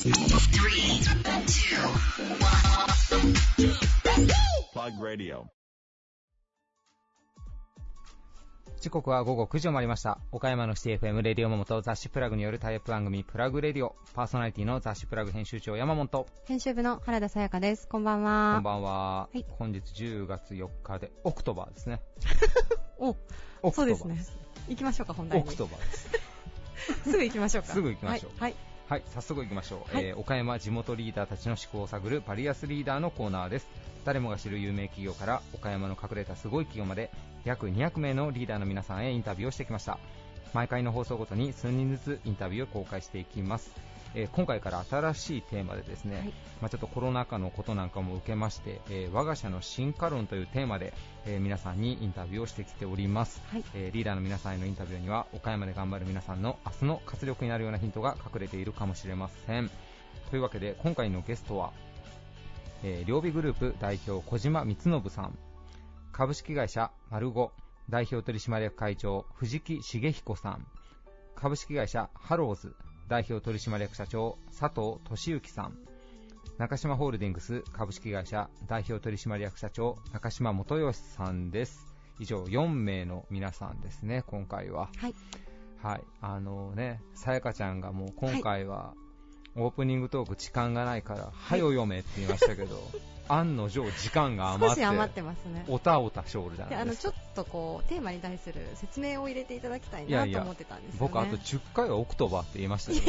時刻は午後9時を回りました。岡山のシティ FM レディオモモと雑誌プラグによるタイアップ番組プラグレディオ、パーソナリティの雑誌プラグ編集長山本、 編集部の原田さやかです。こんばんは。 こんばんは、 はい、 本日10月4日でオクトバーですね。 そうですね。行きましょうか、本題に。 オクトバーですすぐ行きましょうか。 すぐ行きましょう。 はい、 はい、早速行きましょう、 はい。 岡山地元リーダーたちの思考を探るバリアスリーダーのコーナーです。誰もが知る有名企業から岡山の隠れたすごい企業まで約200名のリーダーの皆さんへインタビューをしてきました。毎回の放送ごとに数人ずつインタビューを公開していきます。今回から新しいテーマでですね、はい、ちょっとコロナ禍のことなんかも受けまして、我が社の進化論というテーマで、皆さんにインタビューをしてきております。はい、リーダーの皆さんへのインタビューには岡山で頑張る皆さんの明日の活力になるようなヒントが隠れているかもしれません。というわけで今回のゲストは、両備グループ代表小島光信さん、株式会社マルゴ代表取締役会長藤木茂彦さん、株式会社ハローズ代表取締役社長佐藤俊之さん、中島ホールディングス株式会社代表取締役社長中島元義さんです。以上4名の皆さんですね、今回は。はい、はい、さやかちゃんがもう今回は、はい、オープニングトーク時間がないから、はよ読めって言いましたけど、案の定時間が余って、 少し余ってますね。 おたおたショールじゃないですか。 ちょっとこうテーマに対する説明を入れていただきたいなと思ってたんですよね。 僕あと10回はオクトバーって言いましたよ。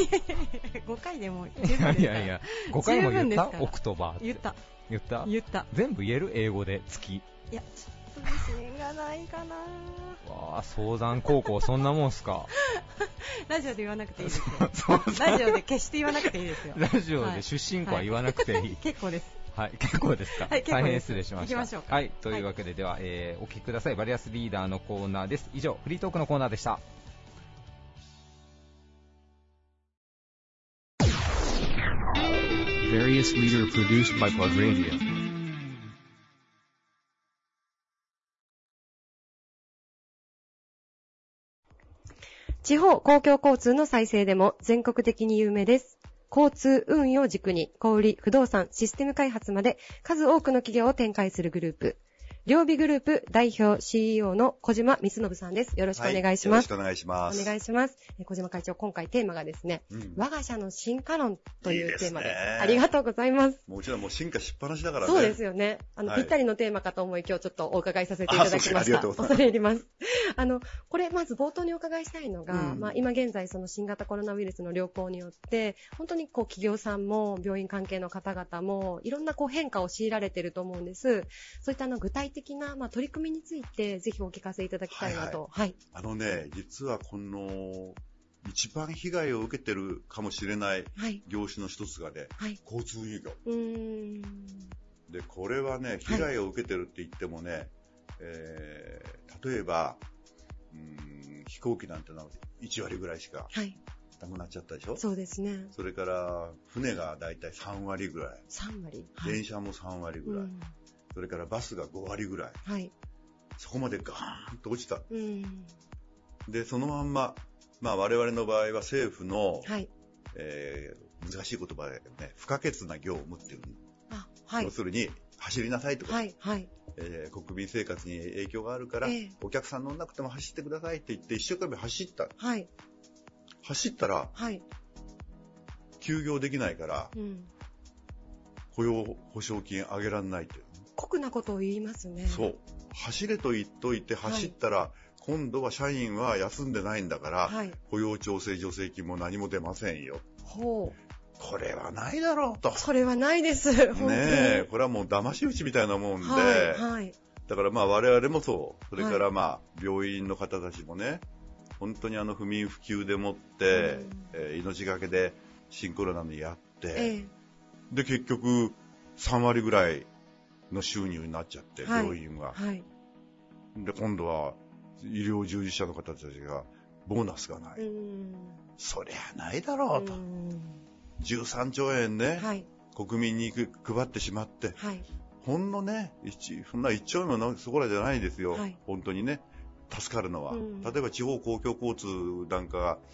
5回でも十分ですから。 いや5回も言ったオクトバーって。言った全部言える英語で月。いやちょっと自信がないかな。 わあ、総山高校そんなもんすか。 ラジオで言わなくていいですよ。ラジオで決して言わなくていいですよ。 ラジオで出身校は言わなくていい、はい、 結構です。 はい、結構ですか。はい、大変失礼しました。 行きましょうか。 はい、というわけで、では、お聞きください。バリアスリーダーのコーナーです。以上、フリートークのコーナーでした。 Various leader produced by Plug Radio。 地方公共交通の再生でも全国的に有名です。交通運輸を軸に小売、不動産、システム開発まで数多くの企業を展開するグループ。両備グループ代表 CEO の小島光信さんです。よろしくお願いします。 よろしくお願いします。 お願いします。小島会長、今回テーマがですね、我が社の進化論というテーマで、ありがとうございます。 もちろんもう進化しっぱなしだからね。 そうですよね。ぴったりのテーマかと思い、今日ちょっとお伺いさせていただきました。恐れ入ります。これまず冒頭にお伺いしたいのが、今現在その新型コロナウイルスの流行によって、本当に企業さんも病院関係の方々もいろんな変化を強いられていると思うんです。そういった具体的な取り組みについてぜひお聞かせいただきたいなと。はい。 実はこの一番被害を受けてるかもしれない業種の一つがね、交通運輸業。で、これはね、被害を受けてるって言ってもね、例えば、飛行機なんてのは1割ぐらいしかなくなっちゃったでしょ。 そうですね。 それから船がだいたい3割ぐらい。 3割、 電車も3割ぐらい。それからバスが5割ぐらい。そこまでガーンと落ちた。で、そのまんま、我々の場合は政府の、難しい言葉でね、不可欠な業務っていうの。要するに、走りなさいってこと。国民生活に影響があるから、お客さん乗んなくても走ってくださいって言って一生懸命走った。走ったら、休業できないから、雇用保証金上げられないっていう。 酷なことを言いますね。 そう。走れと言っといて走ったら、今度は社員は休んでないんだから、雇用調整助成金も何も出ませんよ。これはないだろうと。 それはないです。 ねえ、これはもう騙し討ちみたいなもんで、だから我々もそう。それから病院の方たちもね、本当に不眠不休でもって、命がけで新コロナにやって、で結局3割ぐらいの収入になっちゃって、病院は。で、今度は医療従事者の方たちがボーナスがない。そりゃないだろうと。13兆円ね、国民に配ってしまって、ほんのね、そんな1兆円もそこらじゃないですよ。本当にね、助かるのは。例えば地方公共交通なんかが、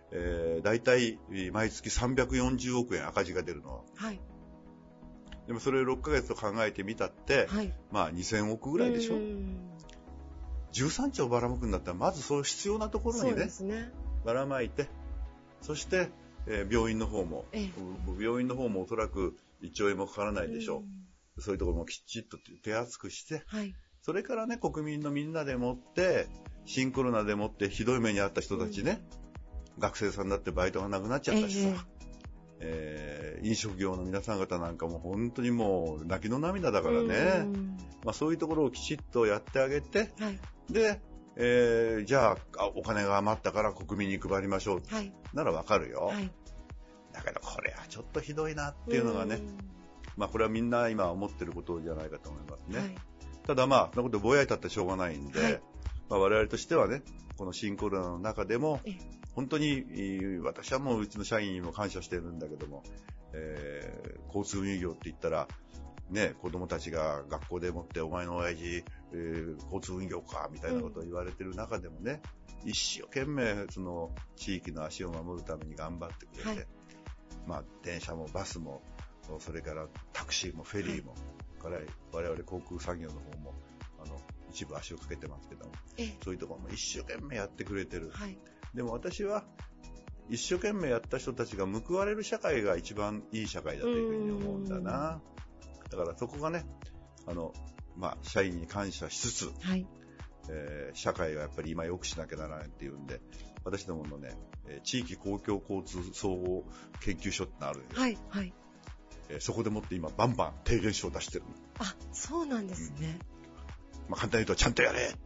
だいたい毎月340億円赤字が出るの。はい。でもそれを6ヶ月と考えてみたって、はい、まあ2000億ぐらいでしょ。13兆ばらまくんだったら、まずそういう必要なところにね、ばらまいて、そして、病院の方も、おそらく1兆円もかからないでしょう。そういうところもきちっと手厚くして、はい、それからね、国民のみんなでもって、新コロナでもってひどい目に遭った人たちね、学生さんだってバイトがなくなっちゃったしさ、飲食業の皆さん方なんかも本当にもう泣きの涙だからね、まあ、そういうところをきちっとやってあげて、はい、で、じゃあお金が余ったから国民に配りましょう、はい、ならわかるよ、はい、だけどこれはちょっとひどいなっていうのがね、まあ、これはみんな今思ってることじゃないかと思いますね、はい、ただまあそんなことぼやいたってしょうがないんで、はい、まあ、我々としてはね、この新コロナの中でも本当に私はもううちの社員にも感謝してるんだけども、交通運輸業って言ったらね、子供たちが学校でもってお前の親父、交通運業かみたいなことを言われてる中でもね、一生懸命その地域の足を守るために頑張ってくれて、はい、まあ、電車もバスもそれからタクシーもフェリーも、はい、から我々航空産業の方も一部足をかけてますけども、そういうところも一生懸命やってくれてる、はい、でも私は一生懸命やった人たちが報われる社会が一番いい社会だというふうに思うんだな。だからそこがね、まあ、社員に感謝しつつ、はい、社会がやっぱり今良くしなきゃならないっていうんで、私どものね、地域公共交通総合研究所ってのあるんです、はいはい、そこでもって今バンバン提言書を出してる。 あ、そうなんですね、 まあ、簡単に言うとちゃんとやれ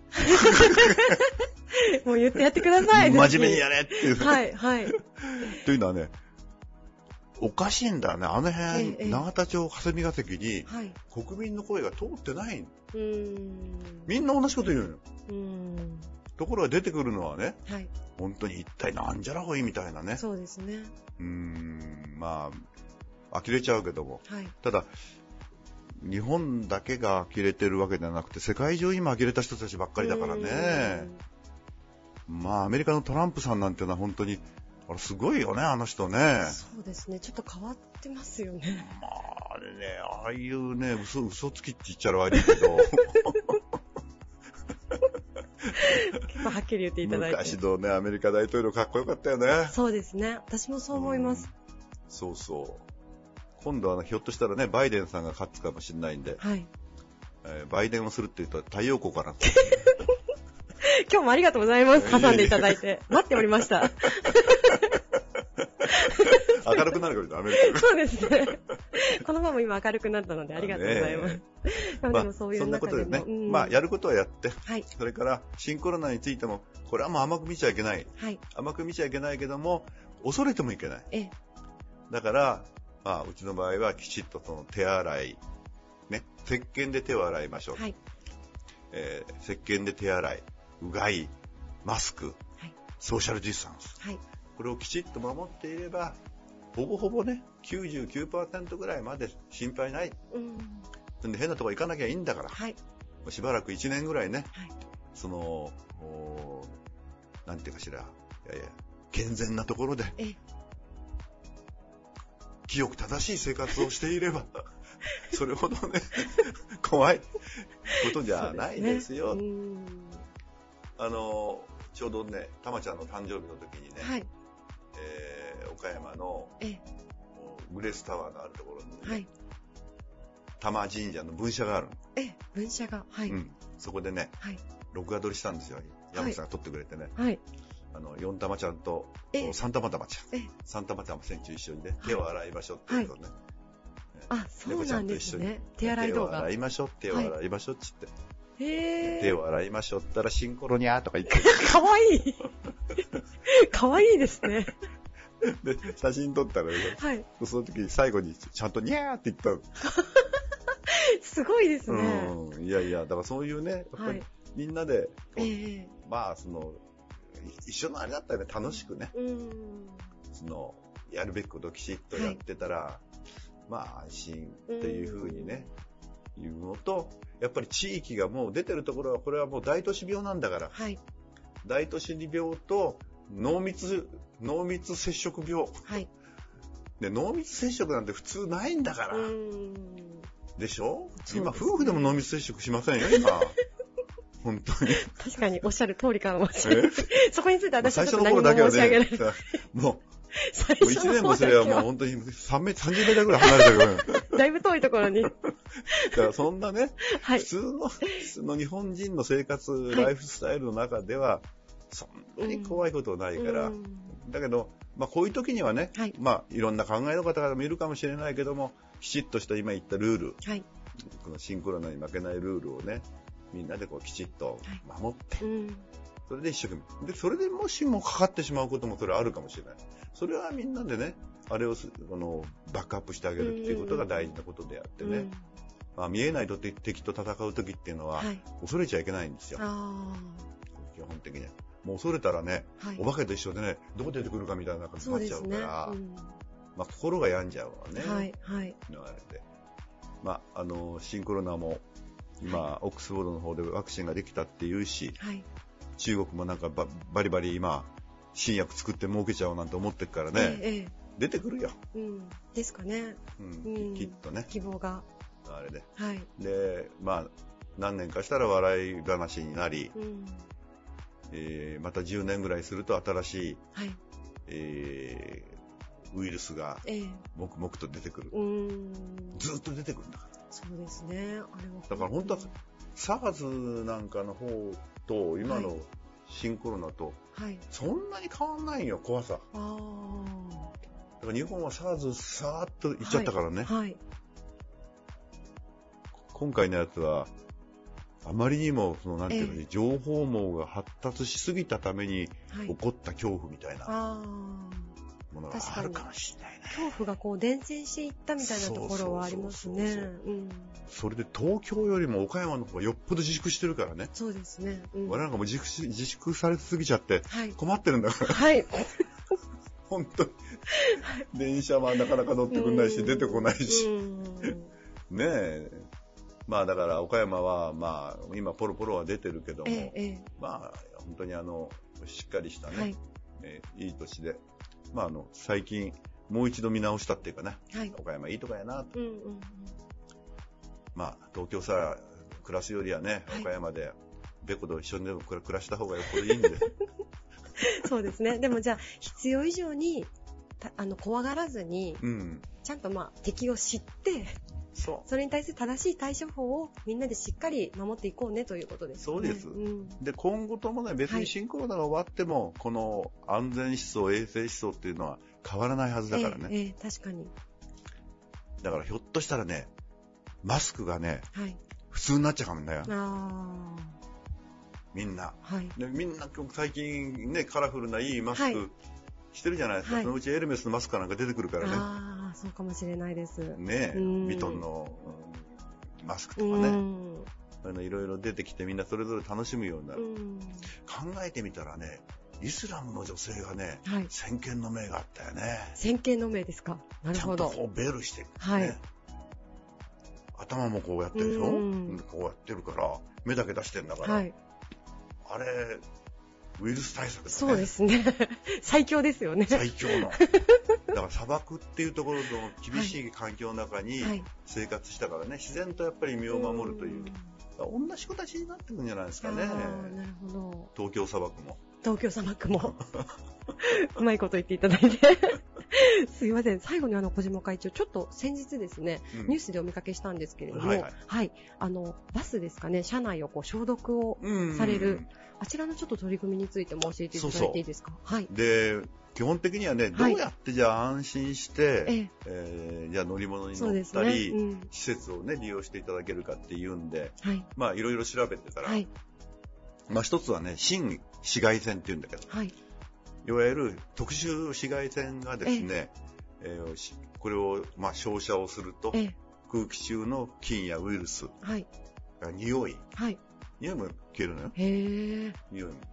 もう言ってやってください真面目にやれっていうはいはいというのはね、おかしいんだよね、あの辺、永田町霞が関に、はい、国民の声が通ってない。みんな同じこと言うの。ところが出てくるのはね、はい、本当に一体なんじゃらほいみたいなね。 そうですね。 まあ呆れちゃうけども、はい、ただ日本だけが呆れてるわけではなくて、世界中今呆れた人たちばっかりだからね。まあアメリカのトランプさんなんてのは本当にすごいよね、あの人ね。 そうですね、ちょっと変わってますよね。 まあ、あれね、ああいうね、嘘つきって言っちゃ悪いけど結構はっきり言っていただいて。 昔のね、アメリカ大統領かっこよかったよね。 そうですね、私もそう思います。 そうそう。今度はひょっとしたらね、バイデンさんが勝つかもしれないんで、はい、バイデンをするって言うと太陽光かな今日もありがとうございます。挟んでいただいて。待っておりました。 明るくなるからアメリカ。 そうですね。この場も今明るくなったのでありがとうございます。でもそういうそんなことでね、まあやることはやって、はい、それから新コロナについても、これはもう甘く見ちゃいけない。はい、甘く見ちゃいけないけども、恐れてもいけない。だから、まあうちの場合はきちっとその手洗い、ね、石鹸で手を洗いましょう。はい、石鹸で手洗い。うがい、マスク、はい、ソーシャルディスタンス、はい、これをきちっと守っていれば、ほぼほぼね 99% ぐらいまで心配ない。で変なとこ行かなきゃいいんだから、はい、しばらく1年ぐらいね、はい、そのなんていうかしら、健全なところで清く正しい生活をしていればそれほどね怖いことじゃないですよ。ちょうどね、たまちゃんの誕生日の時にね、はい、岡山のグレースタワーのあるところに、ね、はい、玉神社の分社がある。 分社が、はい、 そこでね、はい、録画撮りしたんですよ。山口さんが撮ってくれてね、はい、4玉ちゃんと3玉ちゃん、3玉ちゃんも船長一緒にね、手を洗いましょうって言うとね、 あ、そうなんですね。手洗い動画。 手を洗いましょう、手を洗いましょうって言って。手を洗いましょうったらシンコロニャーとか言ってかわいいかわいいですね。 で写真撮ったらね、はい、その時最後にちゃんとニャーって言ったのすごいですね。 いやいや、だからそういうね、やっぱりみんなで、まあその一緒のあれだったらね、楽しくね、そのやるべきことをきちっとやってたら、はい、まあ安心っていう風にね、いうのと、やっぱり地域がもう出てるところはこれはもう大都市病なんだから、はい、大都市病と濃密接触病。 はい。 で、濃密接触なんて普通ないんだから。でしょ？今、夫婦でも濃密接触しませんよ、今。本当に。 確かにおっしゃる通りかもしれない。そこについて私はちょっと何も申し上げない。 もう1年もすればもう本当に30メーターぐらい離れてるから。 だいぶ遠いところに。だからそんなね、はい、普通の日本人の生活、ライフスタイルの中では、そんなに怖いことはないから。だけど、こういう時にはね、はい、いろんな考えの方もいるかもしれないけども、きちっとした今言ったルール、はい、この新コロナに負けないルールをね、みんなでこうきちっと守って、はい、それで一生懸命。で、それでもしもかかってしまうこともそれはあるかもしれない。それはみんなでね、あれをバックアップしてあげるっていうことが大事なことであってね。見えない敵と戦う時っていうのは、はい、恐れちゃいけないんですよ。基本的には。もう恐れたらね、はい、お化けと一緒でね、どこ出てくるかみたいな感じになっちゃうから、心が病んじゃうわね。はい、はい。で新コロナも今、はい、オックスフォードの方でワクチンができたっていうし、はい、中国もなんかバリバリ今、新薬作って儲けちゃおうなんて思ってるからね、出てくるよ。 ですかね。 きっとね。 希望が。 あれで。はい。で、何年かしたら笑い話になり、また10年ぐらいすると新しい、はい、ウイルスが黙々と出てくる。ずっと出てくるんだから。 そうですね。あれはだから本当は SARS なんかの方と今の新コロナとそんなに変わんないよ、怖さ。だから日本は SARS さーっといっちゃったからね。はいはい、今回のやつはあまりにもなんていうの、情報網が発達しすぎたために起こった恐怖みたいなものがあるかもしれないね。 恐怖がこう伝染していったみたいなところはありますね。 それで東京よりも岡山の方がよっぽど自粛してるからね。 そうですね。 我なんかもう自粛されすぎちゃって困ってるんだから。はい。本当に電車はなかなか乗ってくんないし出てこないしねえ。だから岡山は今ポロポロは出てるけども、本当にしっかりしたね、はい、いい年で、最近もう一度見直したっていうかね、はい、岡山いいとこやなと、東京さ暮らすよりはね、はい、岡山でベコと一緒にでも暮らした方がよっぽどいいんでそうですね。でもじゃあ必要以上に怖がらずに、ちゃんと敵を知ってそれに対する正しい対処法をみんなでしっかり守っていこうねということですね。 そうです。で、今後ともね、別に新コロナが終わっても、はい、この安全思想、衛生思想っていうのは変わらないはずだからね。 確かに。 だからひょっとしたらね、マスクがね、はい、普通になっちゃうかもんだよ。みんな。はい、でみんな最近ね、カラフルないいマスクしてるじゃないですか。はい、そのうちエルメスのマスクなんか出てくるからね。 そうかもしれないです。 ねえ、ヴィトンの、マスクとかね、いろいろ出てきてみんなそれぞれ楽しむようになる。考えてみたらね、イスラムの女性がね、はい、先見の明があったよね。 先見の明ですか。なるほど。 ちゃんとこうベルして、ね、はい、頭もこうやってるでしょ。こうやってるから目だけ出してんだから、はい、あれウイルス対策だね。 そうですね。最強ですよね。 最強の。だから砂漠っていうところの厳しい環境の中に生活したからね、自然とやっぱり身を守るという。同じ形になってくるんじゃないですかね。 なるほど。 東京砂漠も。 東京砂漠も。うまいこと言っていただいて。すいません。最後に小島会長、ちょっと先日ですね、ニュースでお見かけしたんですけれども、はい、バスですかね、車内をこう消毒をされる、あちらのちょっと取り組みについても教えていただいていいですか。はい。で、 基本的にはね、どうやってじゃあ安心して、じゃあ乗り物に乗ったり、施設をね、利用していただけるかっていうんで、いろいろ調べてたら、一つはね、新紫外線っていうんだけど、いわゆる特殊紫外線がですね、これを照射をすると、空気中の菌やウイルス、匂い、匂いも消えるのよ。匂いも。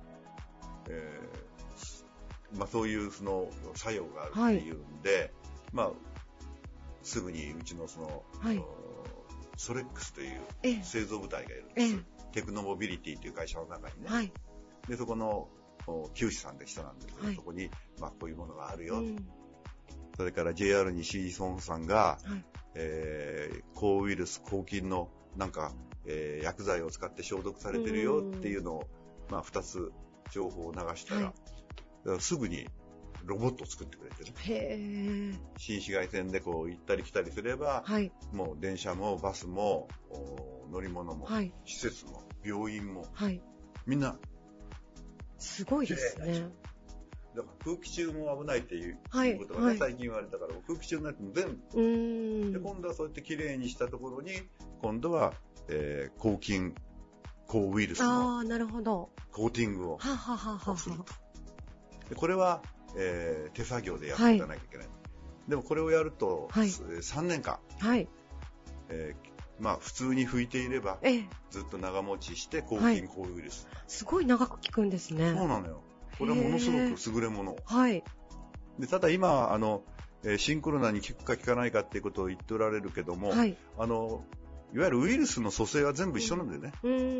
そういうその作用があるっていうんで、すぐにうちのソレックスという製造部隊がいるんです。テクノモビリティという会社の中にね。で、そこの旧市さんでしたなんですけど、そこに、こういうものがあるよ。それから JR 西日本さんが、抗ウイルス、抗菌の薬剤を使って消毒されてるよっていうのを、2つ情報を流したら、だからすぐにロボットを作ってくれてる。新紫外線でこう行ったり来たりすれば、もう電車もバスも乗り物も、施設も病院も、みんなすごいですね。 だから空気中も危ないっていうことがね、最近言われたから、空気中になっても全部。で、今度はそうやってきれいにしたところに、今度は、抗菌、抗ウイルスのコーティングをすると。でこれは、手作業でやっていかなきゃいけない。でもこれをやると、3年間、普通に拭いていれば、ずっと長持ちして抗菌、抗ウイルス。 すごい長く効くんですね。 そうなのよ。これはものすごく優れもの。でただ今新コロナに効くか効かないかっていうことを言っておられるけども、いわゆるウイルスの組成は全部一緒なんだよね。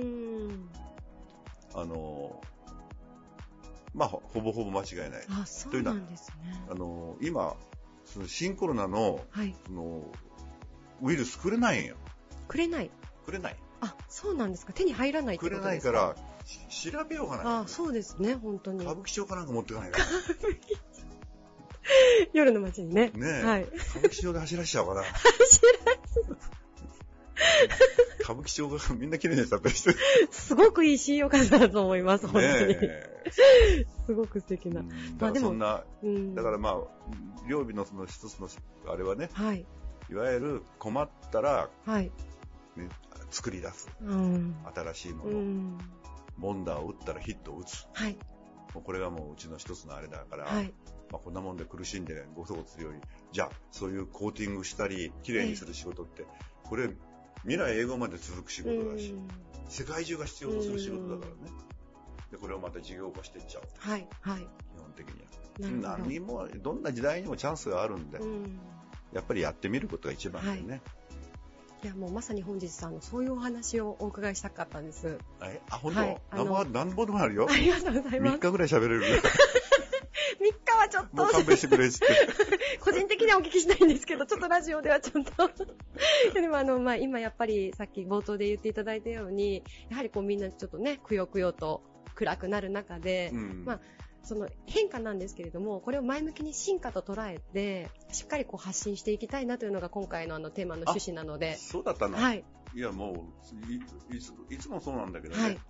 ほぼほぼ間違いない。 そうなんですね。 今その新コロナの、ウイルスくれないんよ。 くれない。そうなんですか。手に入らないってことですか。 くれないから調べようがない。 そうですね、本当に。 歌舞伎町かなんか持っていかないから。 夜の街にね。 歌舞伎町で走らしちゃうかな。歌舞伎町がみんな綺麗にしちゃったりして。 すごくいい CEO 方だと思います、本当に。すごく素敵な。 でもそんな、だから料理のその一つのあれはね、いわゆる困ったら、作り出す。新しいもの。ボンダーを打ったらヒットを打つ。これがもううちの一つのあれだから、こんなもんで苦しんでごそごそするより、じゃあそういうコーティングしたりきれいにする仕事って、これ未来永劫まで続く仕事だし、世界中が必要とする仕事だからね。でこれをまた事業化していっちゃう。基本的には。何もどんな時代にもチャンスがあるんで、やっぱりやってみることが一番だよね。 いや、もうまさに本日そういうお話をお伺いしたかったんです。 本当？何本でもあるよ。 ありがとうございます。 3日ぐらい喋れるね。 3日はちょっと。 もう勘弁してくれって。 個人的にはお聞きしたいんですけど、ちょっとラジオではちょっと。でも今やっぱりさっき冒頭で言っていただいたように、やはりみんなちょっとね、くよくよと暗くなる中で、その変化なんですけれども、これを前向きに進化と捉えて、しっかり発信していきたいなというのが今回のテーマの趣旨なので。 そうだったの？いや、もういつもそうなんだけどね。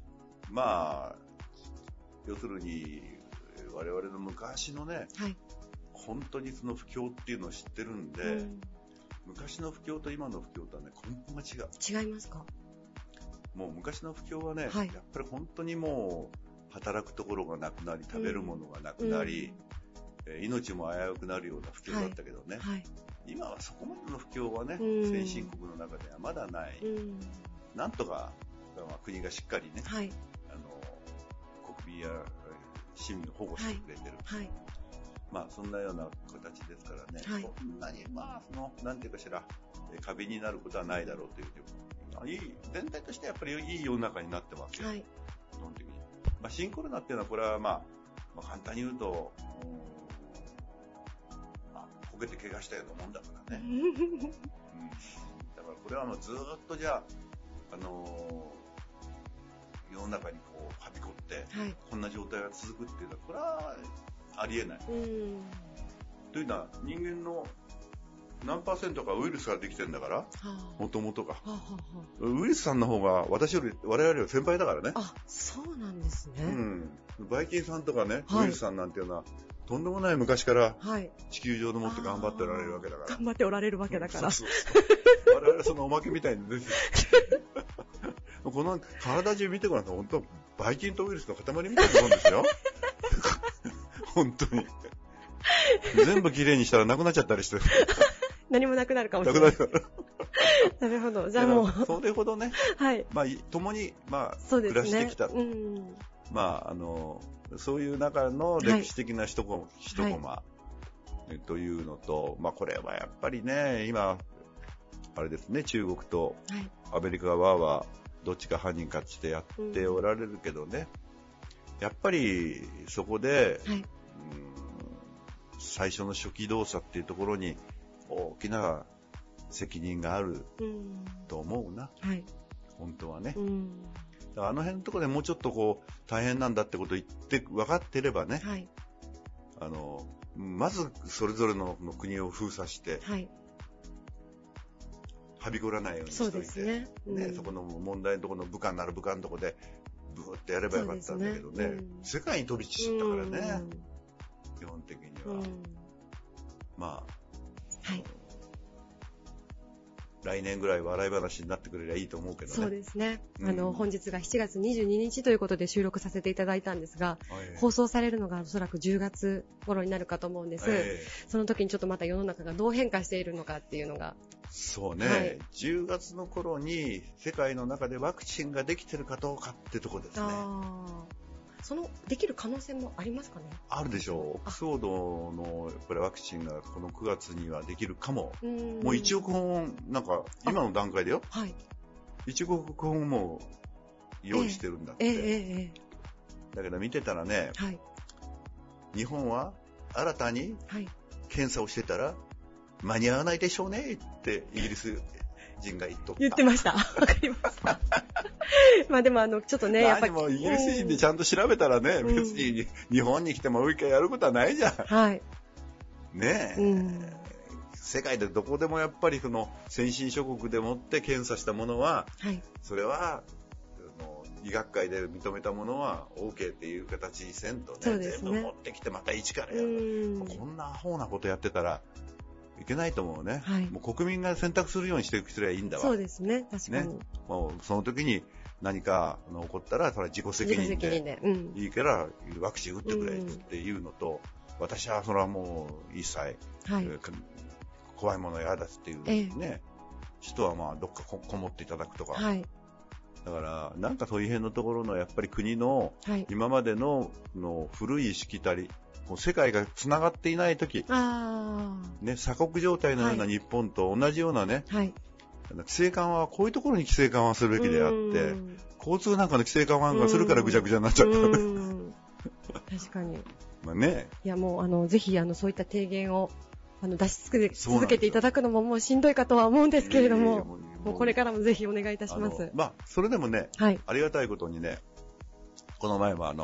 要するに我々の昔のね、本当にその不況っていうのを知ってるんで、昔の不況と今の不況とはね、根本が違う。 違いますか？ もう昔の不況はね、やっぱり本当にもう働くところがなくなり、食べるものがなくなり、命も危うくなるような不況だったけどね、今はそこまでの不況はね、先進国の中ではまだない。なんとか国がしっかりね、国民や市民を保護してくれてる。そんなような形ですからね、そんなになんていうかしら、壁になることはないだろうという、全体としてやっぱりいい世の中になってますよ。基本的に。新コロナっていうのはこれは簡単に言うと、こけて怪我したようなもんだからね。だからこれはずっとじゃあ、世の中にはびこって、こんな状態が続くっていうのはこれはありえない。というのは人間の何%かウイルスができてるんだから、もともとが。ウイルスさんの方が我々より先輩だからね。 そうなんですね。 バイキンさんとかね、ウイルスさんなんていうのは、とんでもない昔から地球上でもって頑張っておられるわけだから。 頑張っておられるわけだから。 我々はそのおまけみたいに出てる。この体中見てごらんと、本当バイキンとウイルスの塊みたいなもんですよ。本当に。全部きれいにしたらなくなっちゃったりして。 何もなくなるかもしれない。なるほど。じゃあもう。 それほどね、共に、暮らしてきた。そういう中の歴史的な一コマというのと、これはやっぱりね、今、あれですね、中国とアメリカ側はどっちか犯人かってやっておられるけどね、 やっぱりそこで、最初の初期動作っていうところに大きな責任があると思うな、本当はね。だからあの辺のところでもうちょっとこう大変なんだってことを言って分かってればね、まずそれぞれの国を封鎖して、はびこらないようにしておいて、そうですね、そこの問題のところの武漢なら武漢のところでブーってやればよかったんだけどね、世界に飛び散ったからね、基本的には。まあ、来年ぐらい笑い話になってくれればいいと思うけどね。 そうですね。本日が7月22日ということで収録させていただいたんですが、放送されるのがおそらく10月頃になるかと思うんです。その時にちょっとまた世の中がどう変化しているのかっていうのが。 そうね、10月の頃に世界の中でワクチンができてるかどうかってとこですね。 できる可能性もありますかね。 あるでしょう。オックスフォードのやっぱりワクチンがこの9月にはできるかも。もう1億本なんか今の段階でよ。1億本も用意してるんだって。だけど見てたらね、日本は新たに検査をしてたら間に合わないでしょうねってイギリス人が言ってました。わかりました。まあでもちょっとね、やっぱり。 イギリス人でちゃんと調べたらね、別に日本に来てももう一回やることはないじゃん。ねえ。世界でどこでもやっぱりその先進諸国でもって検査したものは、それは医学会で認めたものは OK っていう形にせんとね、全部持ってきてまた一からやる。こんなアホなことやってたらいけないと思うね。もう国民が選択するようにしてくればいいんだわ。 そうですね、確かに。 もうその時に何か起こったらそれは自己責任でいいからワクチン打ってくれっていうのと、私はそれはもう一切、怖いもの嫌だっていうね、人はまあどっかこもっていただくとか。だからなんかそういう辺のところのやっぱり国の今までの古いしきたり、世界がつながっていないとき、鎖国状態のような日本と同じようなね、規制緩和はこういうところに規制緩和するべきであって、交通なんかの規制緩和がするからぐちゃぐちゃになっちゃった。 確かに。 まあね。 いやもうぜひそういった提言を出し続けていただくのももうしんどいかとは思うんですけれども、もうこれからもぜひお願いいたします。 まあそれでもね、ありがたいことにね、この前は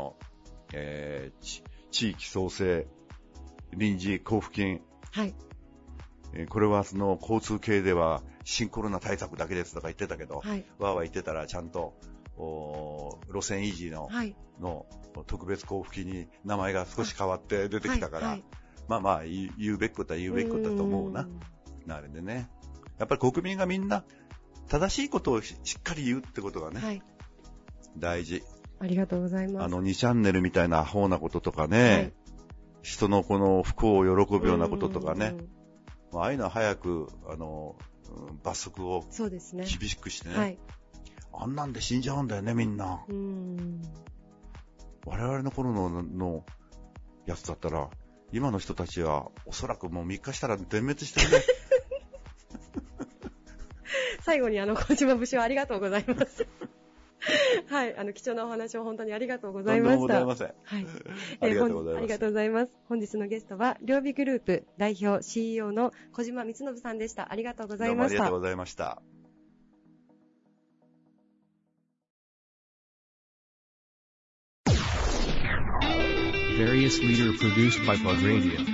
地域創生臨時交付金、これはその交通系では新コロナ対策だけですとか言ってたけど、わーわー言ってたらちゃんと路線維持の特別交付金に名前が少し変わって出てきたから、まあまあ言うべきことは言うべきことだと思うな。あれでね、やっぱり国民がみんな正しいことをしっかり言うってことがね、大事。 ありがとうございます。 2チャンネルみたいなアホなこととかね、人のこの不幸を喜ぶようなこととかね、ああいうのは早く罰則を厳しくしてね、あんなんで死んじゃうんだよねみんな。我々の頃のやつだったら今の人たちはおそらくもう3日したら全滅してるね。 最後に小島部長ありがとうございます。はい、貴重なお話を本当にありがとうございました。 とんでもございません。ありがとうございます。 ありがとうございます。本日のゲストは両備グループ代表 CEO の小島光信さんでした。ありがとうございました。 どうもありがとうございました。 Various leader produced by Plug Radio。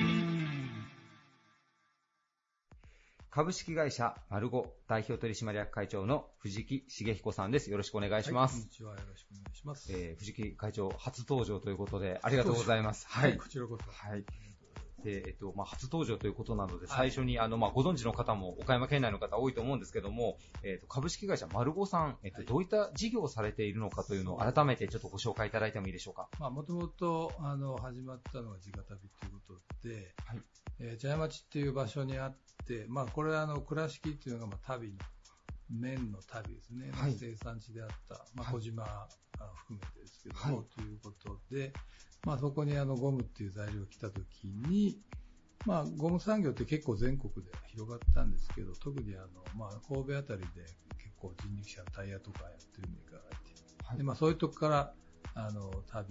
株式会社マルゴ代表取締役会長の藤木茂彦さんです。よろしくお願いします。 こんにちは。よろしくお願いします。 藤木会長初登場ということでありがとうございます。 はい、こちらこそ。 はい。で、初登場ということなので、最初に、ご存知の方も、岡山県内の方多いと思うんですけども、株式会社マルゴさん、どういった事業をされているのかというのを改めてちょっとご紹介いただいてもいいでしょうか。 もともと、始まったのが直旅ということで、茶屋町っていう場所にあって、これは倉敷っていうのが、足袋の、綿の足袋ですね、生産地であった、小島含めてですけども、ということで、そこにゴムっていう材料が来たときに、ゴム産業って結構全国で広がったんですけど、特に神戸あたりで結構人力車のタイヤとかやってるメーカーがいて、でそういうとこから足袋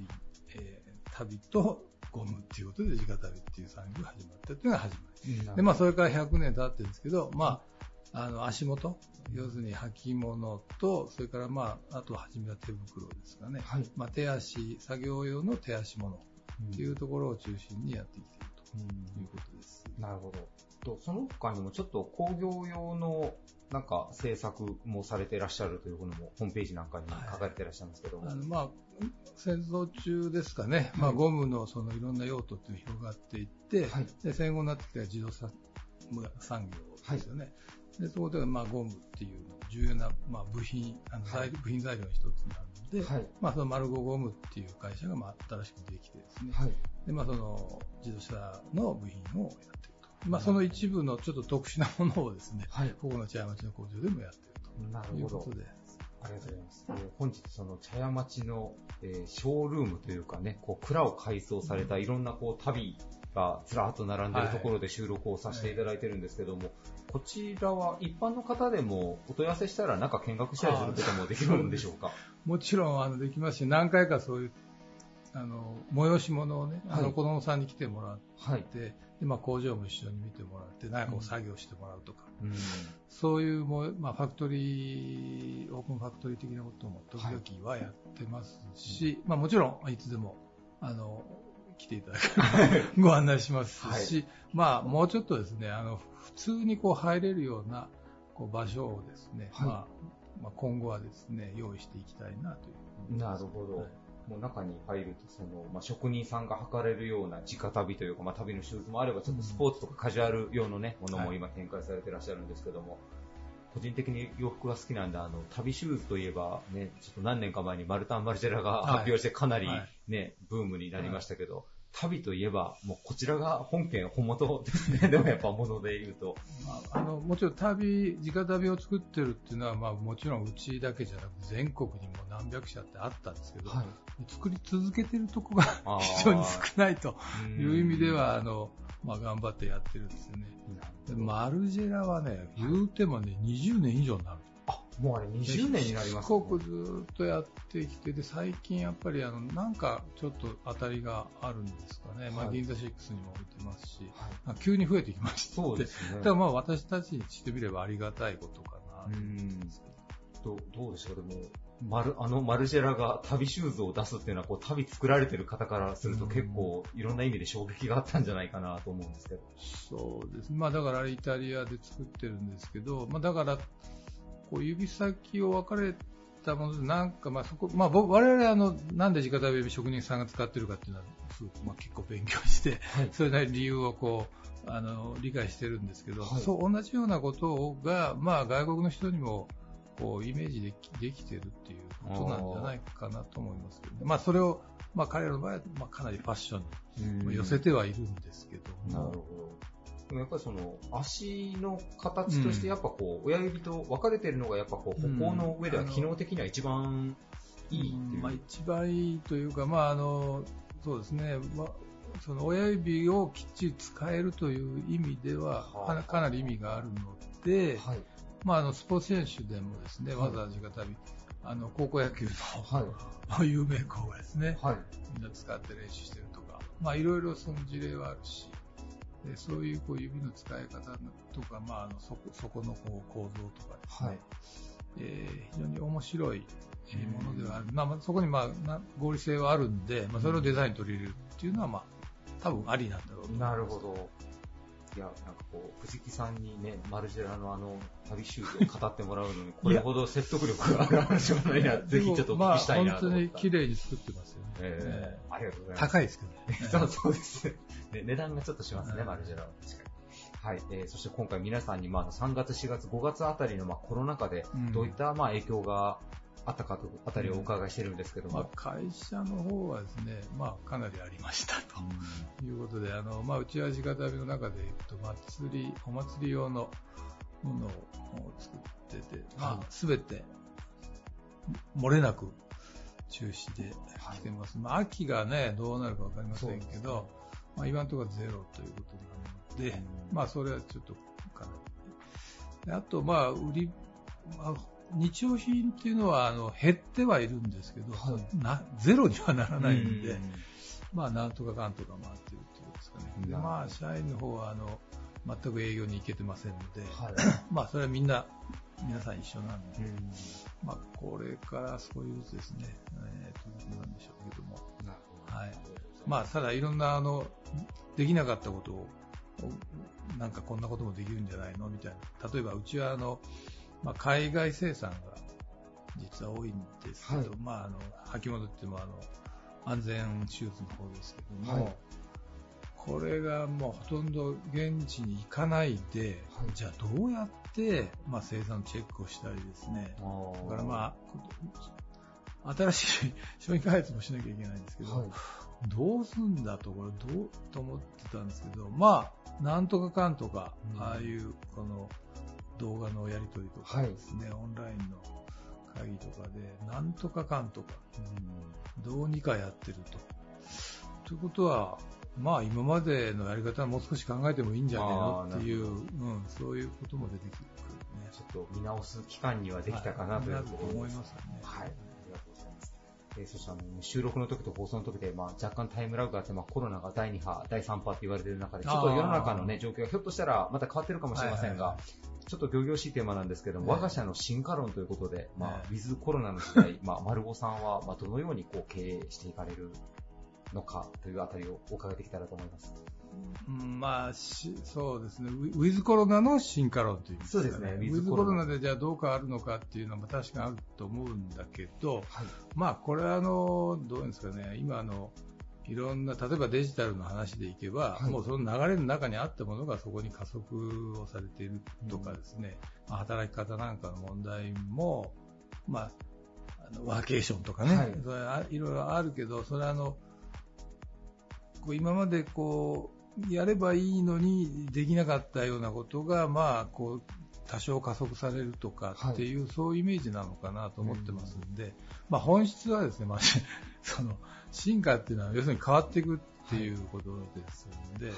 旅とゴムっていうことで、地下旅っていう産業が始まったっていうのが始まり。で、それから100年経ってるんですけど、足元、要するに履物と、それからあと初めは手袋ですかね。手足、作業用の手足物っていうところを中心にやってきているということです。 なるほど。その他にもちょっと工業用の制作もされていらっしゃるというのもホームページなんかに書かれていらっしゃいますけども、 戦争中ですかね、ゴムのそのいろんな用途っていうのが広がっていって、で戦後になってきた自動車産業ですよね。でそこではゴムっていう重要な部品材料の一つなので、そのマルゴゴムっていう会社が新しくできてですね、でその自動車の部品をやっていると。その一部のちょっと特殊なものをですね、ここの茶屋町の工場でもやっているということで。 ありがとうございます。本日その茶屋町の、ショールームというかね、蔵を改装されたいろんな旅がずらっと並んでいるところで収録をさせていただいてるんですけども、こちらは一般の方でもお問い合わせしたら中見学したりすることもできるんでしょうか？ もちろんできますし、何回かそういう催し物をね、子供さんに来てもらって、で工場も一緒に見てもらって、何か作業してもらうとか、そういうファクトリー、オープンファクトリー的なことも時々はやってますし、もちろんいつでも来ていただければご案内しますし、もうちょっとですね、普通に入れるような場所をですね、今後はですね、用意していきたいなという。 なるほど。もう中に入ると職人さんが履かれるような直旅というか、旅のシューズもあれば、ちょっとスポーツとかカジュアル用のね、ものも今展開されていらっしゃるんですけども、個人的に洋服が好きなんで、旅シューズといえばね、ちょっと何年か前にマルタン・マルジェラが発表してかなりね、ブームになりましたけど、旅といえば、もうこちらが本元ですね。でもやっぱ物で言うと。 もちろん直旅を作ってるっていうのは、もちろんうちだけじゃなく全国にも何百社ってあったんですけど、作り続けてるとこが非常に少ないという意味では、頑張ってやってるんですよね。マルジェラはね、言うてもね、20年以上になる。 もうあれ20年になりますね。 しつこくずっとやってきて、で最近やっぱりなんかちょっと当たりがあるんですかね。銀座6にも置いてますし、急に増えてきました。 そうですね。 だから私たちにしてみればありがたいことかなと思うんですけど。 どうでしょう。でもマルジェラが旅シューズを出すっていうのは旅作られてる方からすると結構いろんな意味で衝撃があったんじゃないかなと思うんですけど。 そうですね。だからイタリアで作ってるんですけど、だから指先を分かれたもので、我々なんで直旅職人さんが使ってるかっていうのはすごく結構勉強して、それなりに理由を理解してるんですけど、そう同じようなことが外国の人にもイメージできてるっていうことなんじゃないかなと思いますけど、それを彼らの場合はかなりファッションに寄せてはいるんですけども。 なるほど。でもやっぱり足の形としてやっぱ親指と分かれているのがやっぱ歩行の上では機能的には一番いいっていう。 一番いいというか、そうですね。その親指をきっちり使えるという意味ではかなり意味があるので、スポーツ選手でもですね、わざわざ直旅、高校野球の有名校がですね、みんな使って練習してるとか、いろいろその事例はあるし、でそういう指の使い方とか、そこの構造とかですね、非常に面白いものではある。そこに合理性はあるんで、それをデザインに取り入れるっていうのは多分ありなんだろうと思います。 なるほど。いや、藤木さんにね、マルジェラの旅シューズを語ってもらうのに、これほど説得力がある話はないな、ぜひちょっとお聞きしたいなと思った。 本当に綺麗に作ってますよね。 ありがとうございます。 高いですけどね。そうですね。値段がちょっとしますね、マルジェラは確かに。はい。そして今回皆さんに3月、4月、5月あたりのコロナ禍でどういった影響があったかというあたりをお伺いしてるんですけども。 会社の方はですね、かなりありましたということで、うちは直旅の中でお祭り用のものを作ってて、すべて漏れなく中止で来てます。秋がね、どうなるかわかりませんけど、今のところはゼロということなので、それはちょっとかなり。あと、 日用品っていうのは減ってはいるんですけど、ゼロにはならないんで、なんとかかんとか回ってるっていうことですかね。で社員の方は全く営業に行けてませんので、それは皆さん一緒なんで、これから少しずつですね、なんでしょうけども、ただいろんなできなかったことをなんかこんなこともできるんじゃないのみたいな。例えばうちは海外生産が実は多いんですけど、履物っていうのは安全手術の方ですけども、これがもうほとんど現地に行かないで、じゃあどうやって、生産チェックをしたりですね。だから新しい商品開発もしなきゃいけないんですけど、どうすんだと、これどうと思ってたんですけど、なんとかかんとか、ああいうこの動画のやり取りとかですね、オンラインの会議とかで、なんとかかんとか、どうにかやってると。ということは、今までのやり方はもう少し考えてもいいんじゃねえのっていう、そういうことも出てくるね。 ちょっと見直す期間にはできたかなということ思いますね。 はい。ありがとうございます。そして収録の時と放送の時で、若干タイムラグがあって、コロナが第2波、第3波って言われている中で、ちょっと世の中のね、状況がひょっとしたらまた変わってるかもしれませんが、ちょっと仰々しいテーマなんですけども、我が社の進化論ということで、ウィズコロナの時代、丸尾さんはどのように経営していかれるのかというあたりをお伺いできたらと思います。 そうですね。ウィズコロナの進化論という意味ですね。 そうですね。 ウィズコロナでじゃあどう変わるのかっていうのも確かにあると思うんだけど、これはどういうんですかね、今いろんな、例えばデジタルの話でいけば、もうその流れの中にあったものがそこに加速をされているとかですね、働き方なんかの問題も、ワーケーションとかね、それいろいろあるけど、それは今までやればいいのにできなかったようなことが、多少加速されるとかっていう、そういうイメージなのかなと思ってますんで、本質はですね、その進化っていうのは要するに変わっていくっていうことですので、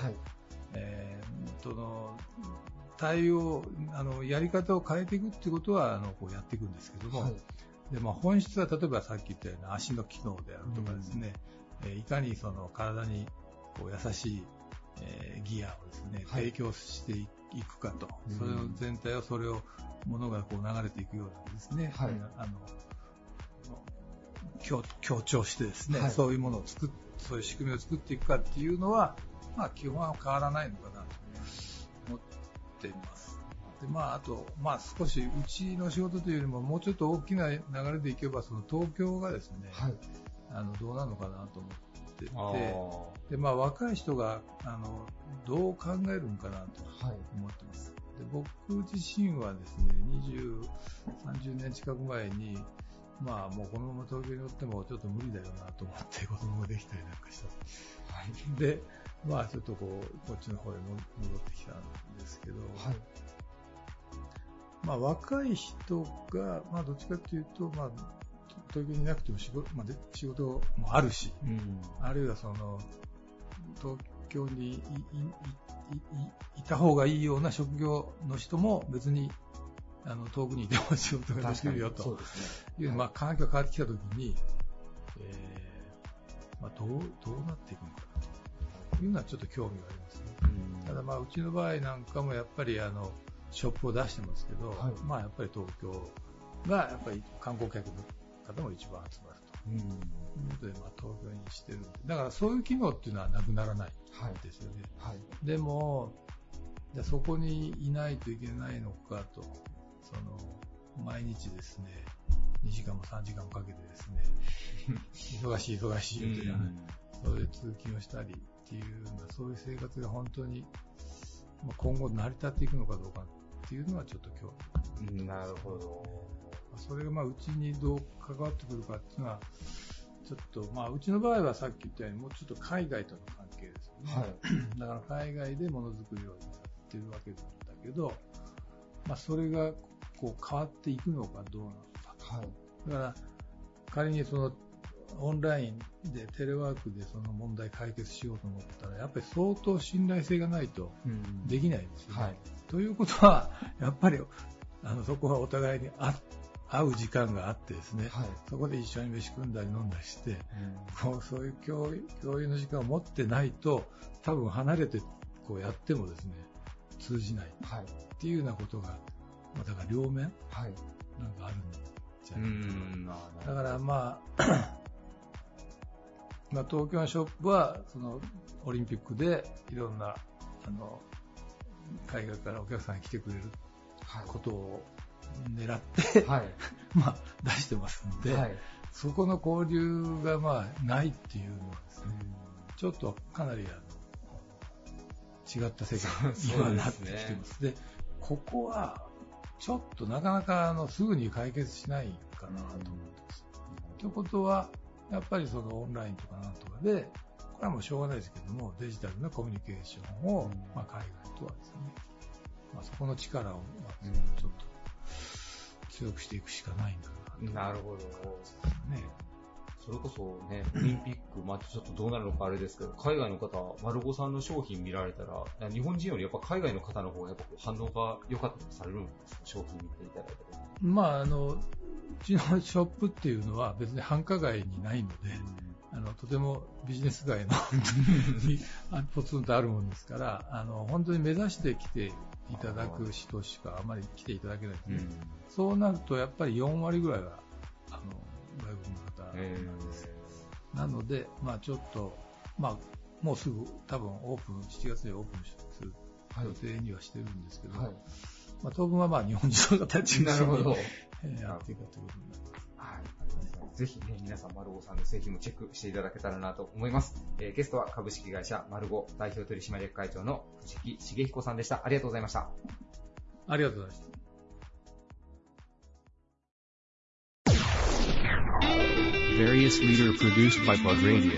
対応、やり方を変えていくっていうことはやっていくんですけども、で本質は例えばさっき言ったような足の機能であるとかですね、いかにその体に優しい、ギアをですね、提供していくかと、それを全体を物が流れていくようなですね、強調してですね、そういうものをそういう仕組みを作っていくかっていうのは、基本は変わらないのかなと思っています。であと、少しうちの仕事というよりももうちょっと大きな流れでいけば、その東京がですね、どうなるのかなと思ってて、で若い人がどう考えるのかなと思ってます。で僕自身はですね、30年近く前に、もうこのまま東京に乗ってもちょっと無理だよなと思って子供ができたりなんかした。で、ちょっとこっちの方へ戻ってきたんですけど、若い人が、どっちかというと、東京にいなくても仕事もあるし、あるいはその東京にいた方がいいような職業の人も別に遠くにいても仕事ができるよという、環境が変わってきたときに、どうなっていくのかなというのはちょっと興味がありますね。ただうちの場合なんかもやっぱりショップを出してますけど、やっぱり東京がやっぱり観光客の方も一番集まるということで、東京にしてるんで、だからそういう機能っていうのはなくならないですよね。でもじゃあそこにいないといけないのかと、毎日ですね、2時間も3時間もかけてですね、忙しいというような、そういう通勤をしたりっていうような、そういう生活が本当に今後成り立っていくのかどうかっていうのはちょっと興味。 なるほど。 それがうちにどう関わってくるかっていうのは、ちょっとうちの場合はさっき言ったようにもうちょっと海外との関係ですよね。だから海外でものづくりをやってるわけなんだけど、それが変わっていくのかどうなのかと。だから仮にオンラインでテレワークでその問題解決しようと思ったら、やっぱり相当信頼性がないとできないんですよね。ということはやっぱりそこはお互いにあ会う時間があってですね、そこで一緒に飯食んだり飲んだりして、もうそういう共有の時間を持ってないと、多分離れてこうやってもですね、通じないっていうようなことが、だから両面、なんかあるんじゃないかと。だから東京のショップはそのオリンピックでいろんな海外からお客さんが来てくれることを狙って、出してますので、そこの交流がないっていうのはですね、ちょっとかなり違った世界に今なってきてます。で、ここはちょっとなかなかすぐに解決しないかなと思ってます。ということは、やっぱりそのオンラインとかなんとかで、これはもうしょうがないですけども、デジタルなコミュニケーションを、海外とはですね、そこの力をちょっと強くしていくしかないんだな。 なるほど。ね。それこそね、オリンピック、ちょっとどうなるのかあれですけど、海外の方、マルゴさんの商品見られたら、日本人よりやっぱ海外の方の方がやっぱ反応が良かったりされるんですか、商品見ていただいたとき。 うちのショップっていうのは別に繁華街にないので、とてもビジネス街のにポツンとあるもんですから、本当に目指して来ていただく人しかあまり来ていただけないので、そうなるとやっぱり4割ぐらいは外国の方なんです。なので、ちょっと、もうすぐ多分7月にオープンする予定にはしてるんですけど、当分は日本人の方中心にやっていくということになります。 ぜひね、皆さん、マルゴさんの製品もチェックしていただけたらなと思います。ゲストは株式会社マルゴ代表取締役会長の藤木茂彦さんでした。ありがとうございました。 ありがとうございました。 Various leader produced by Plug Radio。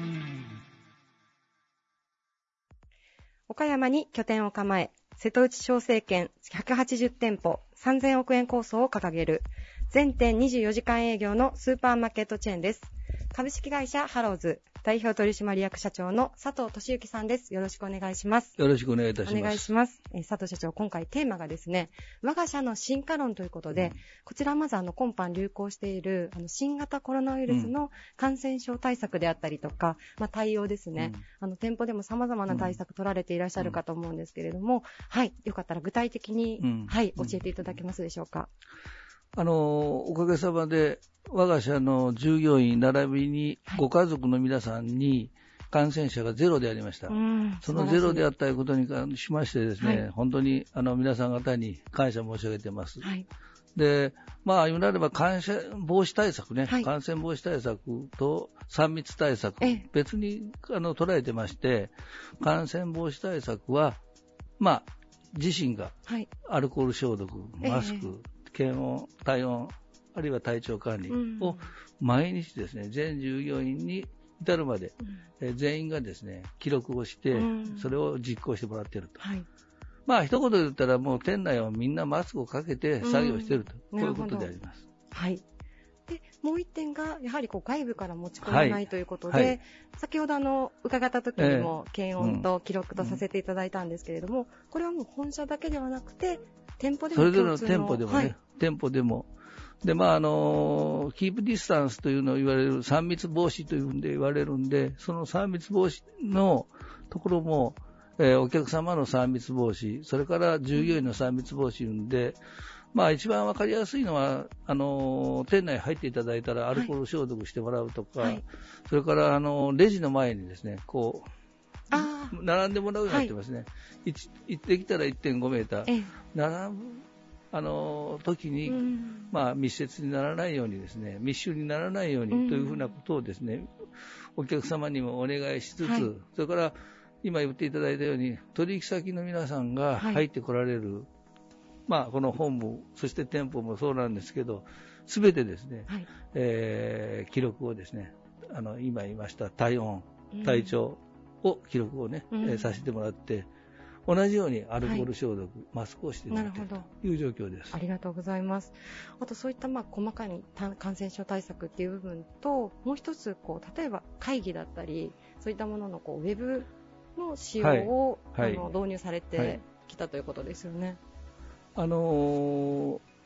岡山に拠点を構え、瀬戸内小生圏180店舗3000億円構想を掲げる全店24時間営業のスーパーマーケットチェーンです。株式会社ハローズ代表取締役社長の佐藤俊之さんです。よろしくお願いします。 よろしくお願いいたします。 お願いします。佐藤社長、今回テーマがですね、我が社の進化論ということで、こちらまず今般流行している新型コロナウイルスの感染症対策であったりとか、対応ですね、店舗でも様々な対策取られていらっしゃるかと思うんですけれども、よかったら具体的に、教えていただけますでしょうか。 おかげさまで我が社の従業員並びにご家族の皆さんに感染者がゼロでありました。そのゼロであったことに関しましてですね、本当に皆さん方に感謝申し上げています。で、言うなれば感染防止対策ね、感染防止対策と3密対策、別に捉えてまして、感染防止対策は、自身がアルコール消毒、マスク、検温、体温、あるいは体調管理を毎日ですね、全従業員に至るまで、全員がですね、記録をして、それを実行してもらっていると。一言で言ったらもう店内はみんなマスクをかけて作業していると、こういうことであります。 で、もう一点が、やはり外部から持ち込まないということで、先ほど伺った時にも検温と記録とさせていただいたんですけれども、これはもう本社だけではなくて、店舗でもそれぞれの店舗でもね、店舗でも。で、キープディスタンスというのを言われる、3密防止というふうに言われるんで、その3密防止のところも、お客様の3密防止、それから従業員の3密防止んで、一番わかりやすいのは、店内入っていただいたらアルコール消毒してもらうとか、それから、レジの前にですね、並んでもらうようになってますね。できたら 1.5 メーター。並ぶ、時に、密接にならないようにですね、密集にならないようにというふうなことをですね、お客様にもお願いしつつ、それから、今言っていただいたように、取引先の皆さんが入ってこられる、この本部、そして店舗もそうなんですけど、すべてですね、記録をですね、今言いました体温、体調を記録をね、させてもらって、同じようにアルコール消毒、マスクをしているという状況です。 ありがとうございます。あとそういった細かい感染症対策っていう部分と、もう一つ例えば会議だったり、そういったもののウェブの使用を、導入されてきたということですよね。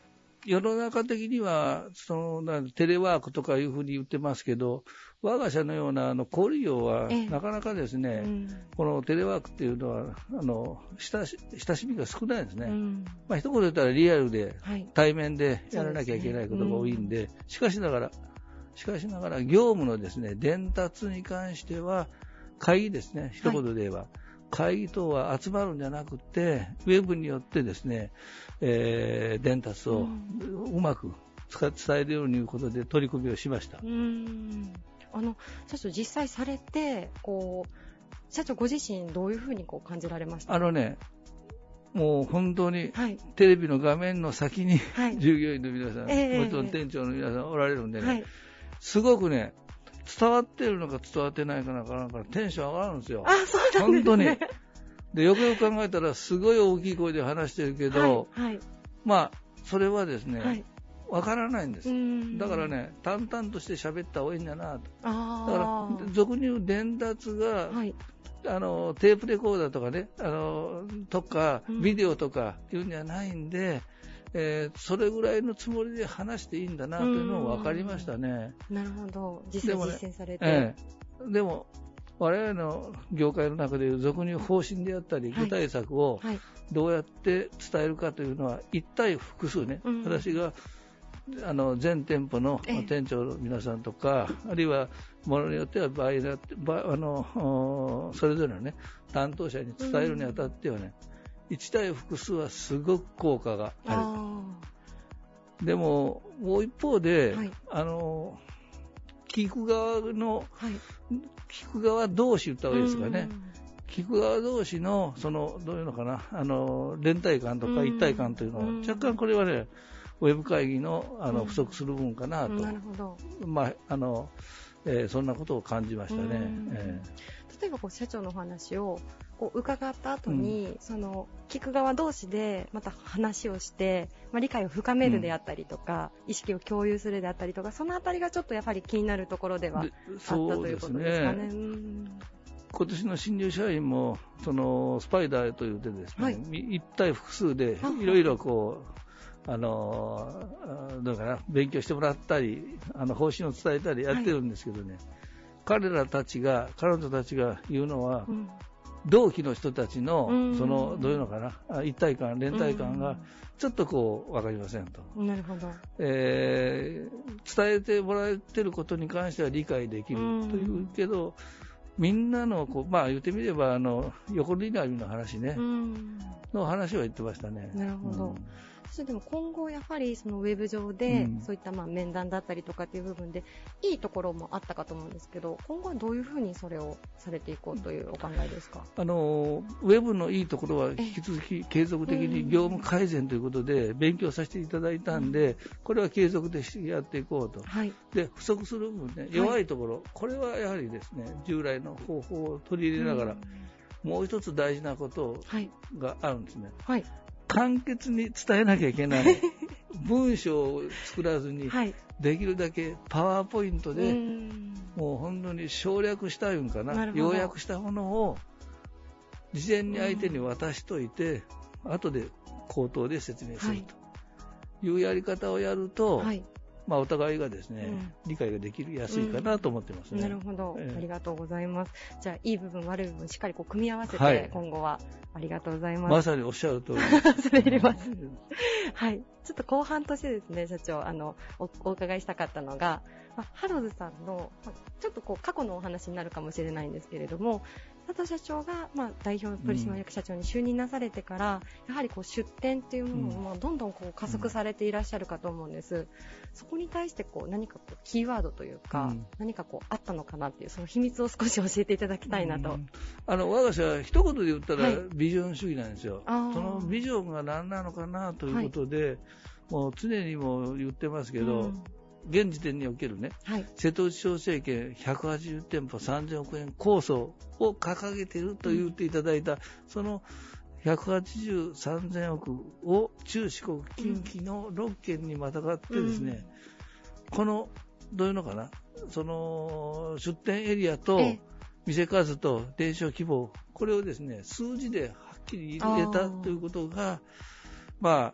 世の中的にはテレワークとかいうふうに言ってますけど、我が社のような小売業はなかなかですね、このテレワークっていうのは親しみが少ないですね。一言で言ったらリアルで、対面でやらなきゃいけないことが多いんで、しかしながら業務のですね、伝達に関しては会議ですね、一言で言えば。会議等は集まるんじゃなくて、ウェブによってですね、伝達をうまく伝えるようにいうことで取り組みをしました。 社長実際されて、社長ご自身どういうふうに感じられましたか？ もう本当にテレビの画面の先に、従業員の皆さん、もちろん店長の皆さんおられるんでね、すごくね、伝わってるのか伝わってないかなんかテンション上がるんですよ。 そうなんですね。 本当に。で、よくよく考えたらすごい大きい声で話してるけど、それはですね、わからないんです。だからね、淡々として喋った方がいいんだなと。だから、俗に言う伝達が、テープレコーダーとかね、とか、ビデオとかいうんじゃないんで、それぐらいのつもりで話していいんだなというのも分かりましたね。 なるほど。実際実践されて。 でも、我々の業界の中でいう俗に言う方針であったり、具体策をどうやって伝えるかというのは、一対複数ね、私が全店舗の店長の皆さんとか、あるいはものによってはそれぞれのね、担当者に伝えるにあたってはね、1対複数はすごく効果がある。でも、もう一方で、聞く側同士言った方がいいですかね。聞く側同士の、どういうのかな、連帯感とか一体感というのは、若干これはね、ウェブ会議の、不足する分かなと。 なるほど。 そんなことを感じましたね。 例えば社長のお話を伺った後に、聞く側同士でまた話をして、理解を深めるであったりとか、意識を共有するであったりとか、そのあたりがちょっとやはり気になるところではあったということですかね。 今年の新入社員もスパイダーというてですね、一対複数でいろいろどうかな、勉強してもらったり、方針を伝えたりやってるんですけどね、彼女たちが言うのは、同期の人たちの、どういうのかな、一体感、連帯感が、ちょっと分かりませんと。 なるほど。 伝えてもらえてることに関しては理解できるというけど、みんなの、言ってみれば、横になりの話ね、の話を言ってましたね。 なるほど。それでも今後やはりウェブ上でそういった面談だったりとかっていう部分でいいところもあったかと思うんですけど、今後はどういうふうにそれをされていこうというお考えですか？ ウェブのいいところは引き続き継続的に業務改善ということで勉強させていただいたんで、これは継続でやっていこうと。で、不足する部分ね、弱いところ、これはやはりですね、従来の方法を取り入れながら、もう一つ大事なことがあるんですね。簡潔に伝えなきゃいけない文章を作らずに、できるだけパワーポイントでもう本当に省略したいんかな、要約したものを事前に相手に渡しといて、後で口頭で説明するというやり方をやると、お互いがですね、理解ができやすいかなと思ってますね。 なるほど、ありがとうございます。じゃあいい部分悪い部分しっかり組み合わせて、今後はありがとうございます。 まさにおっしゃる通りそれ入れます。はい。ちょっと後半としてですね、社長お伺いしたかったのが、ハローズさんのちょっと過去のお話になるかもしれないんですけれども、佐藤社長が代表取締役社長に就任なされてから、やはり出店というものもどんどん加速されていらっしゃるかと思うんです。そこに対して何かキーワードというか、何かあったのかなっていう、その秘密を少し教えていただきたいなと。 我が社は一言で言ったらビジョン主義なんですよ。そのビジョンが何なのかなということで、もう常にも言ってますけど、現時点におけるね、瀬戸内小政権180店舗3000億円構想を掲げていると言っていただいた、その180、3000億を中四国近畿の6県にまたがってですね、この、どういうのかな、その出店エリアと店数と伝承規模、これをですね、数字ではっきり入れたということが、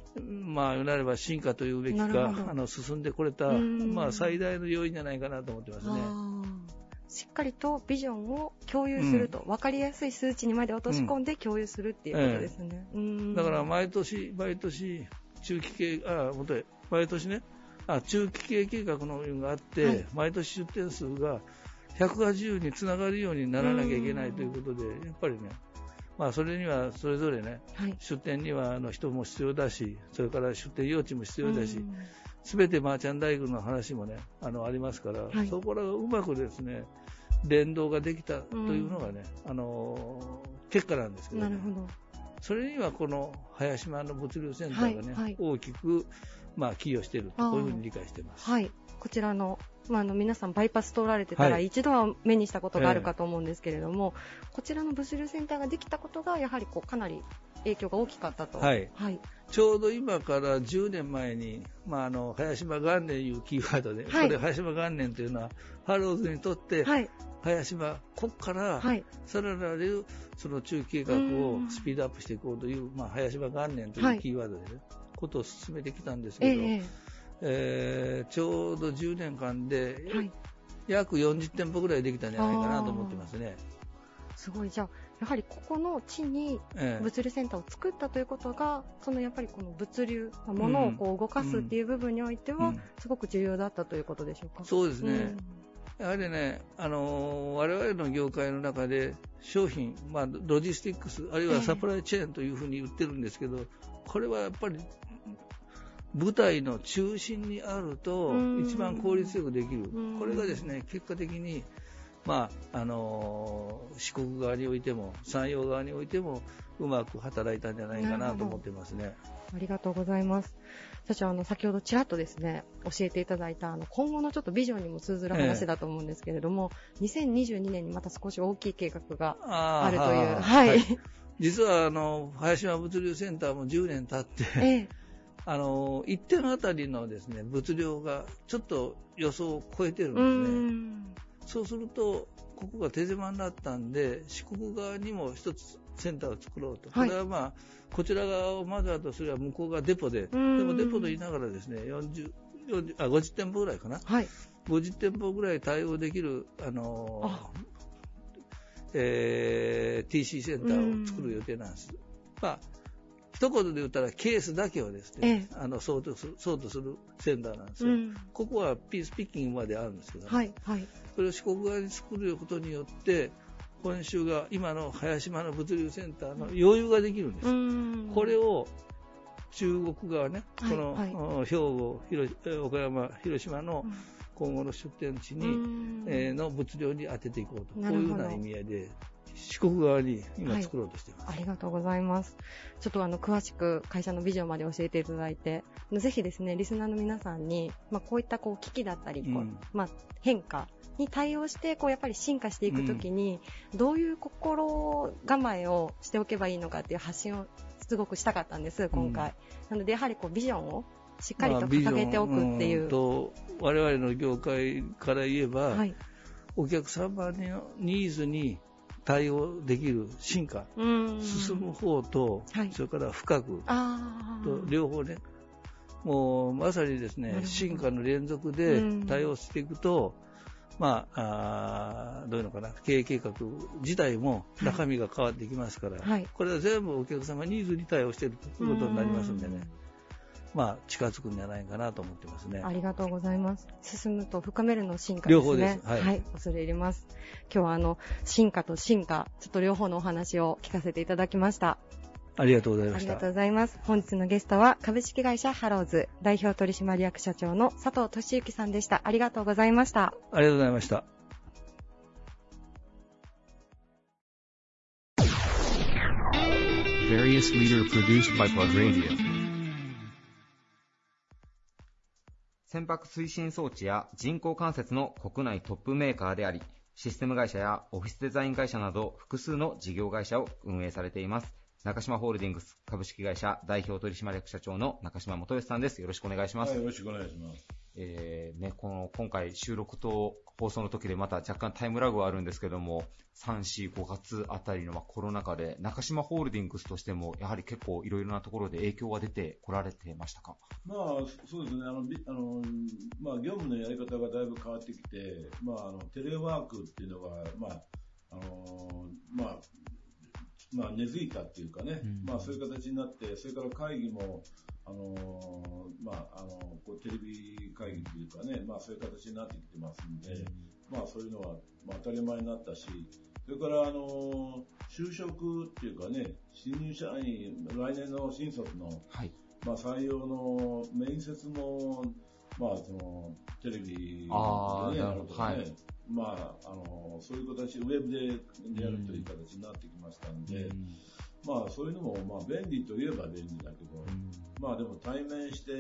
まあ、言うなれば進化というべきか、進んでこれた、まあ、最大の要因じゃないかなと思ってますね。 しっかりとビジョンを共有すると、分かりやすい数値にまで落とし込んで共有するっていうことですね。 だから毎年、中期系、毎年ね、中期系計画の運があって、毎年出店数が180につながるようにならなきゃいけないということで、やっぱりね、まあ、それにはそれぞれね、出店には人も必要だし、それから出店用地も必要だし、すべてマーチャンダイズの話もね、ありますから、そこらがうまくですね、連動ができたというのがね、結果なんですけどね。それにはこの早島の物流センターがね、大きく、まあ、寄与していると、こういうふうに理解しています。 こちらの、皆さんバイパス通られてたら一度は目にしたことがあるかと思うんですけれども、こちらの物流センターができたことがやはりかなり影響が大きかったと。 ちょうど今から10年前に、早島元年いうキーワードで、これ早島元年というのはハローズにとって、早島、ここからさらなるその中期計画をスピードアップしていこうという、早島元年というキーワードで、ね、ことを進めてきたんですけど、ちょうど10年間で約40店舗ぐらいできたんじゃないかなと思ってますね。 すごい。じゃあやはりここの地に物流センターを作ったということが、やっぱりこの物流、物をこう動かすっていう部分においてはすごく重要だったということでしょうか。 そうですね。やはりね、我々の業界の中で商品、ロジスティックスあるいはサプライチェーンというふうに言ってるんですけど、これはやっぱり舞台の中心にあると一番効率よくできる。これがですね、結果的に四国側においても山陽側においてもうまく働いたんじゃないかなと思ってますね。 ありがとうございます。社長、先ほどちらっとですね教えていただいた今後のちょっとビジョンにも通ずる話だと思うんですけれども、2022年にまた少し大きい計画があるという。 実は早島物流センターも10年経って、一点あたりのですね物量がちょっと予想を超えてるんですね。そうするとここが手狭になったんで、四国側にも一つセンターを作ろうと。これはこちら側をマザーとすれば向こうがデポで、でもデポと言いながらですね50店舗ぐらいかな、50店舗ぐらい対応できるTC センターを作る予定なんです。一言で言ったらケースだけをですね、そうとするセンターなんですよ。ここはピースピッキングまであるんですけど、それを四国側に作ることによって本州が今の早島の物流センターの余裕ができるんです。これを中国側ね、この兵庫、岡山、広島の今後の出店地にの物量に当てていこうと、こういうような意味合いで四国側に今作ろうとしています。 ありがとうございます。ちょっと詳しく会社のビジョンまで教えていただいて、ぜひですねリスナーの皆さんに、こういった危機だったり変化に対応してやっぱり進化していくときに、どういう心構えをしておけばいいのかっていう発信をすごくしたかったんです今回。なのでやはりビジョンをしっかりと掲げておくっていう。 我々の業界から言えば、お客様のニーズに対応できる進化、進む方と、それから深くと両方ね、もうまさにですね進化の連続で対応していくと、どういうのかな、経営計画自体も中身が変わっていきますから、これは全部お客様ニーズに対応しているということになりますんでね、近づくんじゃないかなと思ってますね。 ありがとうございます。進むと深めるの進化ですね。 両方です。 恐れ入ります。今日は進化と進化、ちょっと両方のお話を聞かせていただきました。 ありがとうございました。 ありがとうございます。本日のゲストは株式会社ハローズ代表取締役社長の佐藤俊之さんでした。ありがとうございました。 ありがとうございました。 Various leader produced by Plug Radio。 船舶推進装置や人工関節の国内トップメーカーであり、システム会社やオフィスデザイン会社など複数の事業会社を運営されています中島ホールディングス株式会社代表取締役社長の中島元義さんです。よろしくお願いします。 はい、よろしくお願いします。 今回収録と放送の時でまた若干タイムラグはあるんですけども、3、4、5月あたりのコロナ禍で中島ホールディングスとしてもやはり結構いろいろなところで影響が出てこられてましたか？ そうですね。業務のやり方がだいぶ変わってきて、テレワークっていうのが、根付いたっていうかね、そういう形になって、それから会議も、テレビ会議というかね、そういう形になってきてますんで、そういうのは、当たり前になったし、それから、就職っていうかね、新入社員、来年の新卒の、採用の面接も、テレビでやるとかね、そういう形、ウェブでやるという形になってきましたんで、そういうのも、便利といえば便利だけど、でも対面して、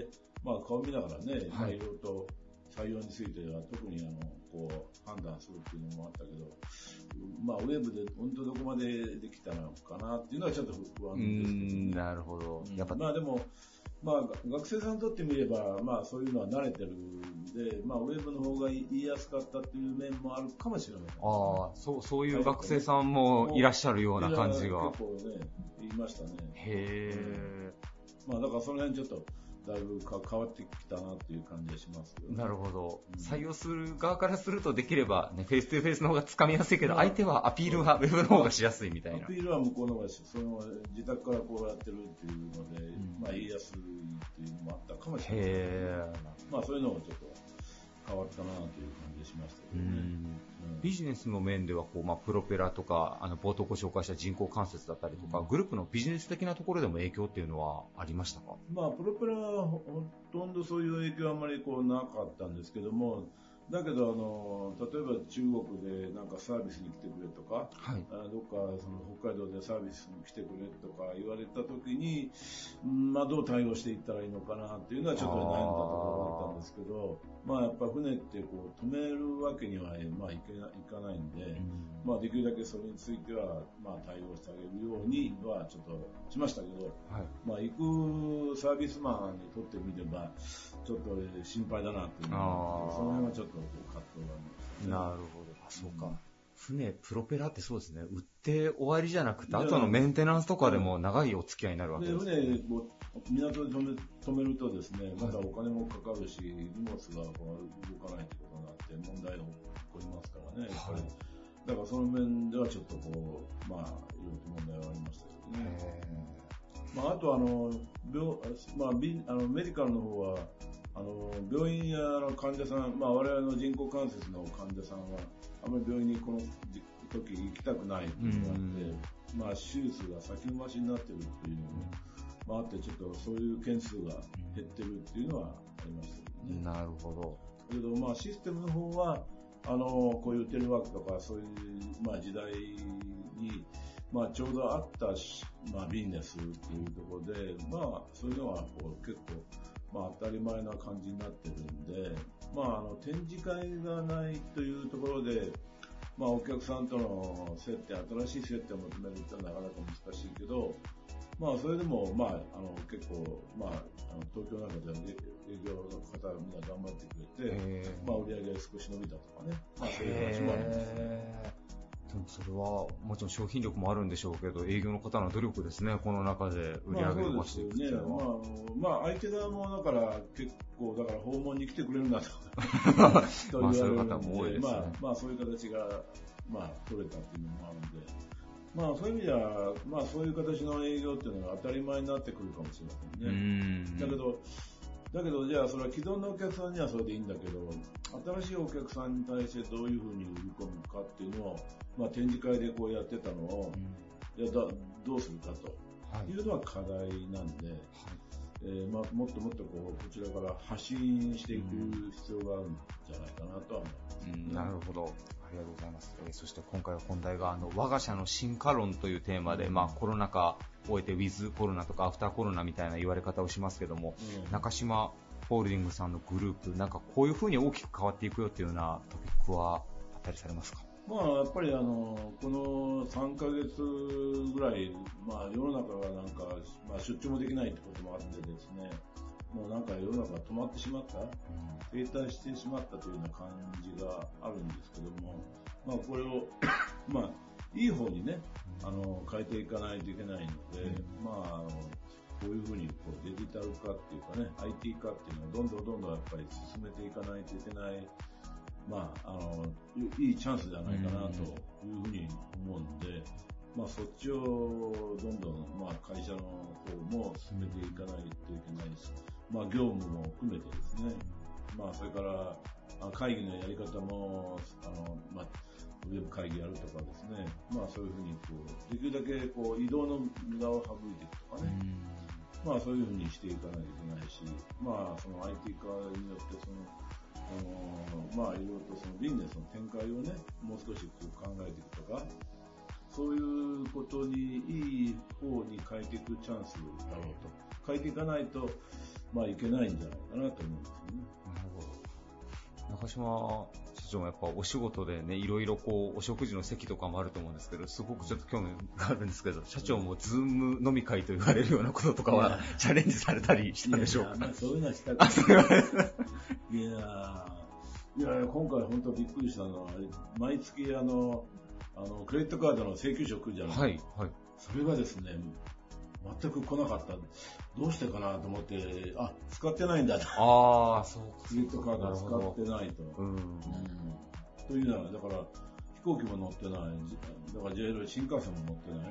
顔見ながらね、いろいろと採用については特に判断するっていうのもあったけど、ウェブで本当どこまでできたのかなっていうのはちょっと不安ですけど。 なるほど。 でも、学生さんにとってみれば、そういうのは慣れてるんで、ウェブの方が言いやすかったっていう面もあるかもしれない。 そういう学生さんもいらっしゃるような感じが。 結構ね、言いましたね。 へー。だからその辺ちょっと、だいぶ変わってきたなっていう感じがしますよね。 なるほど。採用する側からするとできれば、フェイス2フェイスの方がつかみやすいけど、相手はアピールはウェブの方がしやすいみたいな。 アピールは向こうの方が自宅からこうやってるっていうので、言いやすいっていうのもあったかもしれない。そういうのもちょっと変わったなという感じがしましたけどね。 ビジネスの面ではプロペラとか冒頭ご紹介した人工関節だったりとか、グループのビジネス的なところでも影響っていうのはありましたか？ プロペラはほとんどそういう影響はあまりなかったんですけども、だけど例えば中国でなんかサービスに来てくれとか、どっか北海道でサービスに来てくれとか言われた時に、どう対応していったらいいのかなっていうのはちょっと悩んだところだったんですけど、やっぱ船って止めるわけにはいかないんで、できるだけそれについては対応してあげるようにはちょっとしましたけど、行くサービスマンにとってみればちょっと心配だなっていうのは、その辺はちょっと葛藤がありましたね。 なるほど。そうか。船、プロペラってそうですね。売って終わりじゃなくて、あとのメンテナンスとかでも長いお付き合いになるわけですね。 船を港で止めるとですね、またお金もかかるし、荷物が動かないってことになって問題が起こりますからね。やっぱりだからその面ではちょっといろいろと問題がありましたけどね。あとメディカルの方は、病院や患者さん、我々の人工関節の患者さんは、あまり病院にこの時行きたくないっていうのがあって、手術が先延ばしになってるっていうのもあって、ちょっとそういう件数が減ってるっていうのはありましたけどね。 なるほど。 だけど、システムの方は、こういうテレワークとか、そういう、時代に、ちょうどあったビジネスっていうところで、そういうのは結構、当たり前な感じになってるんで、展示会がないというところで、お客さんとの接点、新しい接点を求めるってのはなかなか難しいけど、それでも、結構、東京なんかでは営業の方はみんな頑張ってくれて、売り上げが少し伸びたとかね、そういう話もありますね。 でもそれはもちろん商品力もあるんでしょうけど、営業の方の努力ですね、この中で売り上げを増していくっていうのは。 相手側もだから結構訪問に来てくれるんだとそういう方も多いですね。 そういう形が取れたっていうのもあるんで、そういう意味ではそういう形の営業っていうのが当たり前になってくるかもしれませんね。だけどじゃあそれは既存のお客さんにはそれでいいんだけど、新しいお客さんに対してどういうふうに売り込むかっていうのを、展示会でこうやってたのを、どうするかというのは課題なんで、もっともっとこちらから発信していく必要があるんじゃないかなとは思います。 なるほど。ありがとうございます。そして今回は本題が我が社の進化論というテーマで、コロナ禍を終えてウィズコロナとかアフターコロナみたいな言われ方をしますけども、中島ホールディングスさんのグループ、なんかこういう風に大きく変わっていくよっていうようなトピックはあったりされますか？ まあやっぱりこの3ヶ月ぐらい、まあ世の中がなんか、まあ出張もできないってこともあってですね、もうなんか世の中が止まってしまった、停滞してしまったというような感じがあるんですけども、まあこれを、まあいい方にね、変えていかないといけないので、まあこういうふうにこうデジタル化っていうかね、IT 化っていうのをどんどんやっぱり進めていかないといけない、まあいいチャンスじゃないかなというふうに思うんで、まあそっちをどんどんまあ会社の方も進めていかないといけないし、まあ業務も含めてですね、まあそれから会議のやり方もまあウェブ会議やるとかですね、まあそういうふうにこうできるだけこう移動の無駄を省いていくとかね、まあそういうふうにしていかないといけないし、まあその IT 化によってまあいろいろとそのビジネスの展開をね、もう少しこう考えていくとか、そういうことにいい方に変えていくチャンスだろうと。変えていかないと、まあいけないんじゃないかなと思うんですよね。 なるほど。中島社長もやっぱお仕事でね、いろいろこうお食事の席とかもあると思うんですけど、すごくちょっと興味があるんですけど、社長もズーム飲み会と言われるようなこととかはチャレンジされたりしたんでしょうか。 いやそういうのはしたくない。いや今回本当びっくりしたのは、毎月クレジットカードの請求書来るじゃないですか。はい。それがですね、全く来なかった。どうしてかなと思って、使ってないんだと。 そうか。 クレジットカード使ってないと。というのは、だから飛行機も乗ってない。だから JR 新幹線も乗ってない。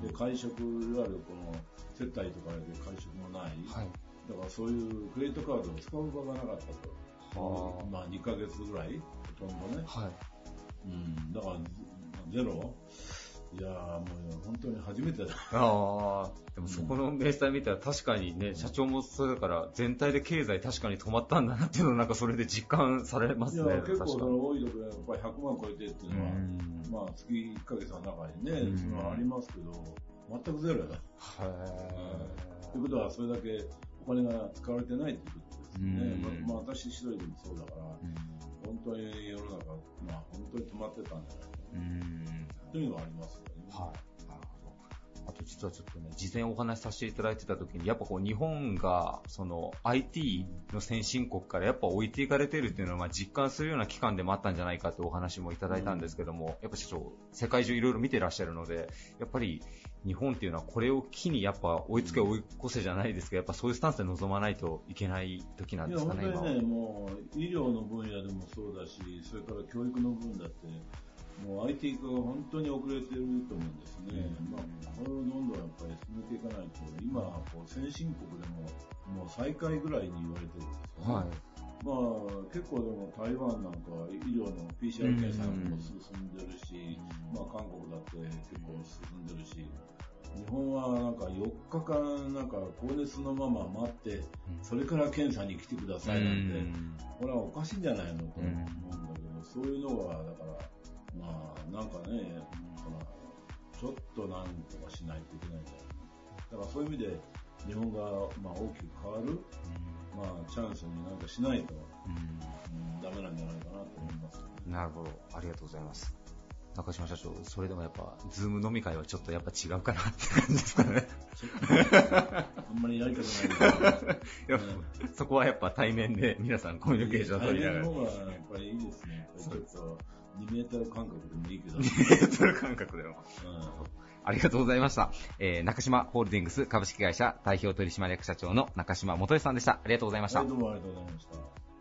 で、会食、いわゆるこの接待とかで会食もない。はい。だからそういうクレジットカードを使う場がなかったと。まあ2ヶ月ぐらいほとんどね。はい。だからゼロ。いやーもう本当に初めてだ。 でもそこの明細見たら確かにね、社長もそれだから全体で経済確かに止まったんだなっていうのをなんかそれで実感されますね。 いや結構その多い時はやっぱり100万超えてっていうのは、まあ月1ヶ月の中にね、そのありますけど、全くゼロやな。ということはそれだけお金が使われてないっていうことですね。まあ私一人でもそうだから、本当に世の中、まあ本当に止まってたんじゃないかというのはありますよね。はい。なるほど。 あと実はちょっとね、事前お話しさせていただいてた時に、やっぱこう日本がその IT の先進国からやっぱ置いていかれているっていうのを実感するような期間でもあったんじゃないかというお話もいただいたんですけども、やっぱ社長、世界中いろいろ見てらっしゃるので、やっぱり日本っていうのはこれを機にやっぱ追いつけ追い越せじゃないですけど、やっぱそういうスタンスで臨まないといけない時なんですかね。 いや本当にね、もう医療の分野でもそうだし、それから教育の分だって、もう IT 化が本当に遅れてると思うんですね。まあ、これをどんどんやっぱり進めていかないと、今、こう先進国でももう最下位ぐらいに言われてるんですよね。はい。まあ、結構でも台湾なんかは医療の PCR 検査も進んでるし、まあ韓国だって結構進んでるし、日本はなんか4日間なんか高熱のまま待って、それから検査に来てくださいなんて、これはおかしいんじゃないのと思うんだけど、そういうのはだから、まあなんかね、ちょっとなんとかしないといけないんじゃないか。だからそういう意味で日本がまあ大きく変わる、まあチャンスになんかしないと、ダメなんじゃないかなと思います。 なるほど、ありがとうございます。中島社長、それでもやっぱズーム飲み会はちょっとやっぱ違うかなって感じですかね。 あんまりやりたくないけど、 そこはやっぱ対面で皆さんコミュニケーションを取りながら。 対面の方がやっぱりいいですね。ちょっと2メートル間隔でもいいけど。 2メートル間隔でも。ありがとうございました。中島ホールディングス株式会社代表取締役社長の中島元義さんでした。ありがとうございました。 どうもありがとうございました。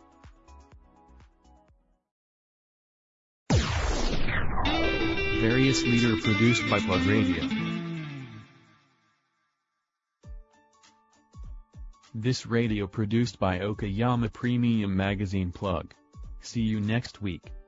Various leader produced by Plug Radio. This radio produced by Okayama Premium Magazine Plug. See you next week.